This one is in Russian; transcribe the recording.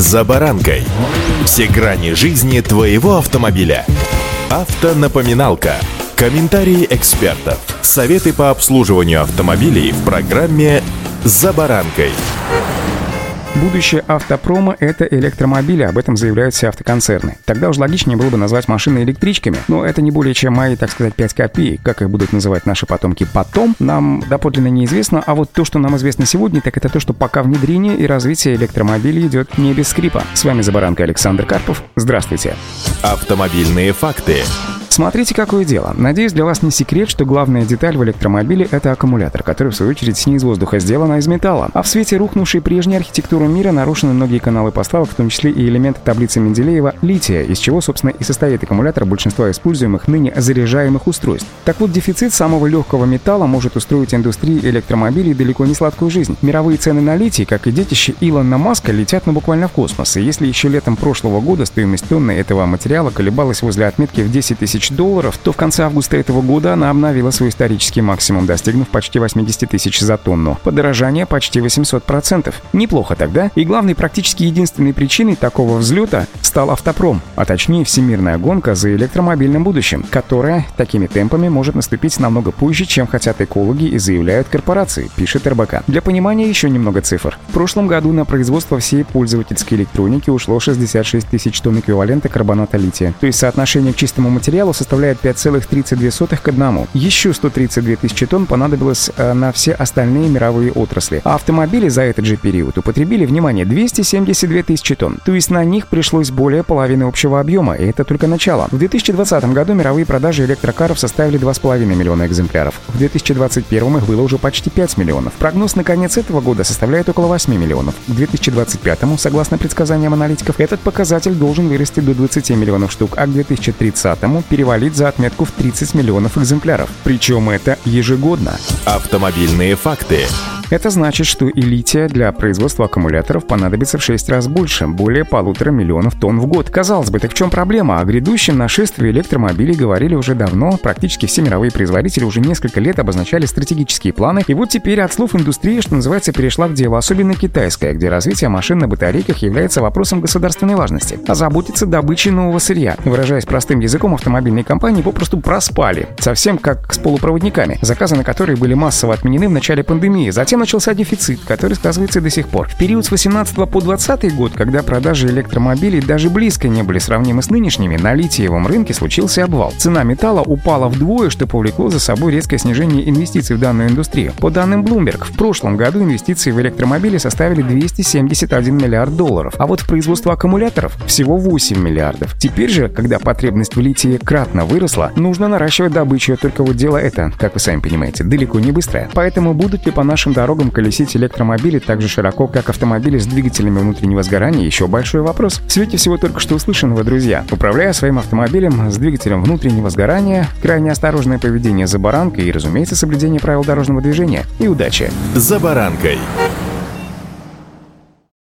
«За баранкой». Все грани жизни твоего автомобиля. Автонапоминалка. Комментарии экспертов. Советы по обслуживанию автомобилей в программе «За баранкой». Будущее автопрома — это электромобили, об этом заявляют все автоконцерны. Тогда уж логичнее было бы назвать машины электричками, но это не более чем мои, так сказать, 5 копеек. Как их будут называть наши потомки потом, нам доподлинно неизвестно, а вот то, что нам известно сегодня, так это то, что пока внедрение и развитие электромобилей идет не без скрипа. С вами «За баранкой» Александр Карпов. Здравствуйте. Автомобильные факты. Смотрите, какое дело. Надеюсь, для вас не секрет, что главная деталь в электромобиле — это аккумулятор, который, в свою очередь, не из воздуха сделан, а из металла. А в свете рухнувшей прежней архитектуры мира нарушены многие каналы поставок, в том числе и элементы таблицы Менделеева лития, из чего, собственно, и состоит аккумулятор большинства используемых ныне заряжаемых устройств. Так вот, дефицит самого легкого металла может устроить индустрии электромобилей далеко не сладкую жизнь. Мировые цены на литий, как и детище Илона Маска, летят буквально в космос. И если еще летом прошлого года стоимость тонны этого материала колебалась возле отметки в 10 тысяч долларов, то в конце августа этого года она обновила свой исторический максимум, достигнув почти 80 тысяч за тонну. Подорожание почти 800%. Неплохо тогда. И главной, практически единственной причиной такого взлета стал автопром, а точнее всемирная гонка за электромобильным будущим, которая такими темпами может наступить намного позже, чем хотят экологи и заявляют корпорации, пишет РБК. Для понимания еще немного цифр. В прошлом году на производство всей пользовательской электроники ушло 66 тысяч тонн эквивалента карбоната лития. То есть соотношение к чистому материалу составляет 5,32 к 1. Еще 132 тысячи тонн понадобилось на все остальные мировые отрасли. А автомобили за этот же период употребили, внимание, 272 тысячи тонн. То есть на них пришлось более половины общего объема, и это только начало. В 2020 году мировые продажи электрокаров составили 2,5 миллиона экземпляров. В 2021 их было уже почти 5 миллионов. Прогноз на конец этого года составляет около 8 миллионов. К 2025, согласно предсказаниям аналитиков, этот показатель должен вырасти до 20 миллионов штук, а к 2030 перевалить за отметку в 30 миллионов экземпляров. Причем это ежегодно. Автомобильные факты. Это значит, что и лития для производства аккумуляторов понадобится в 6 раз больше, более 1,5 миллиона тонн в год. Казалось бы, так в чем проблема? О грядущем нашествии электромобилей говорили уже давно, практически все мировые производители уже несколько лет обозначали стратегические планы, и вот теперь от слов индустрии, что называется, перешла к делу, особенно китайская, где развитие машин на батарейках является вопросом государственной важности, а заботиться добычей нового сырья. Выражаясь простым языком, автомобильные компании попросту проспали, совсем как с полупроводниками, заказы на которые были массово отменены в начале пандемии, затем начался дефицит, который сказывается до сих пор. В период с 18 по 20 год, когда продажи электромобилей даже близко не были сравнимы с нынешними, на литиевом рынке случился обвал. Цена металла упала вдвое, что повлекло за собой резкое снижение инвестиций в данную индустрию. По данным Bloomberg, в прошлом году инвестиции в электромобили составили 271 миллиард долларов, а вот в производство аккумуляторов всего 8 миллиардов. Теперь же, когда потребность в литии кратно выросла, нужно наращивать добычу, только вот дело это, как вы сами понимаете, далеко не быстрое. Поэтому будут ли по нашим дорогам колесить электромобили так же широко, как автомобили с двигателями внутреннего сгорания, еще большой вопрос. В свете всего только что услышанного, друзья, управляя своим автомобилем с двигателем внутреннего сгорания, крайне осторожное поведение за баранкой и, разумеется, соблюдение правил дорожного движения. И удачи! За баранкой.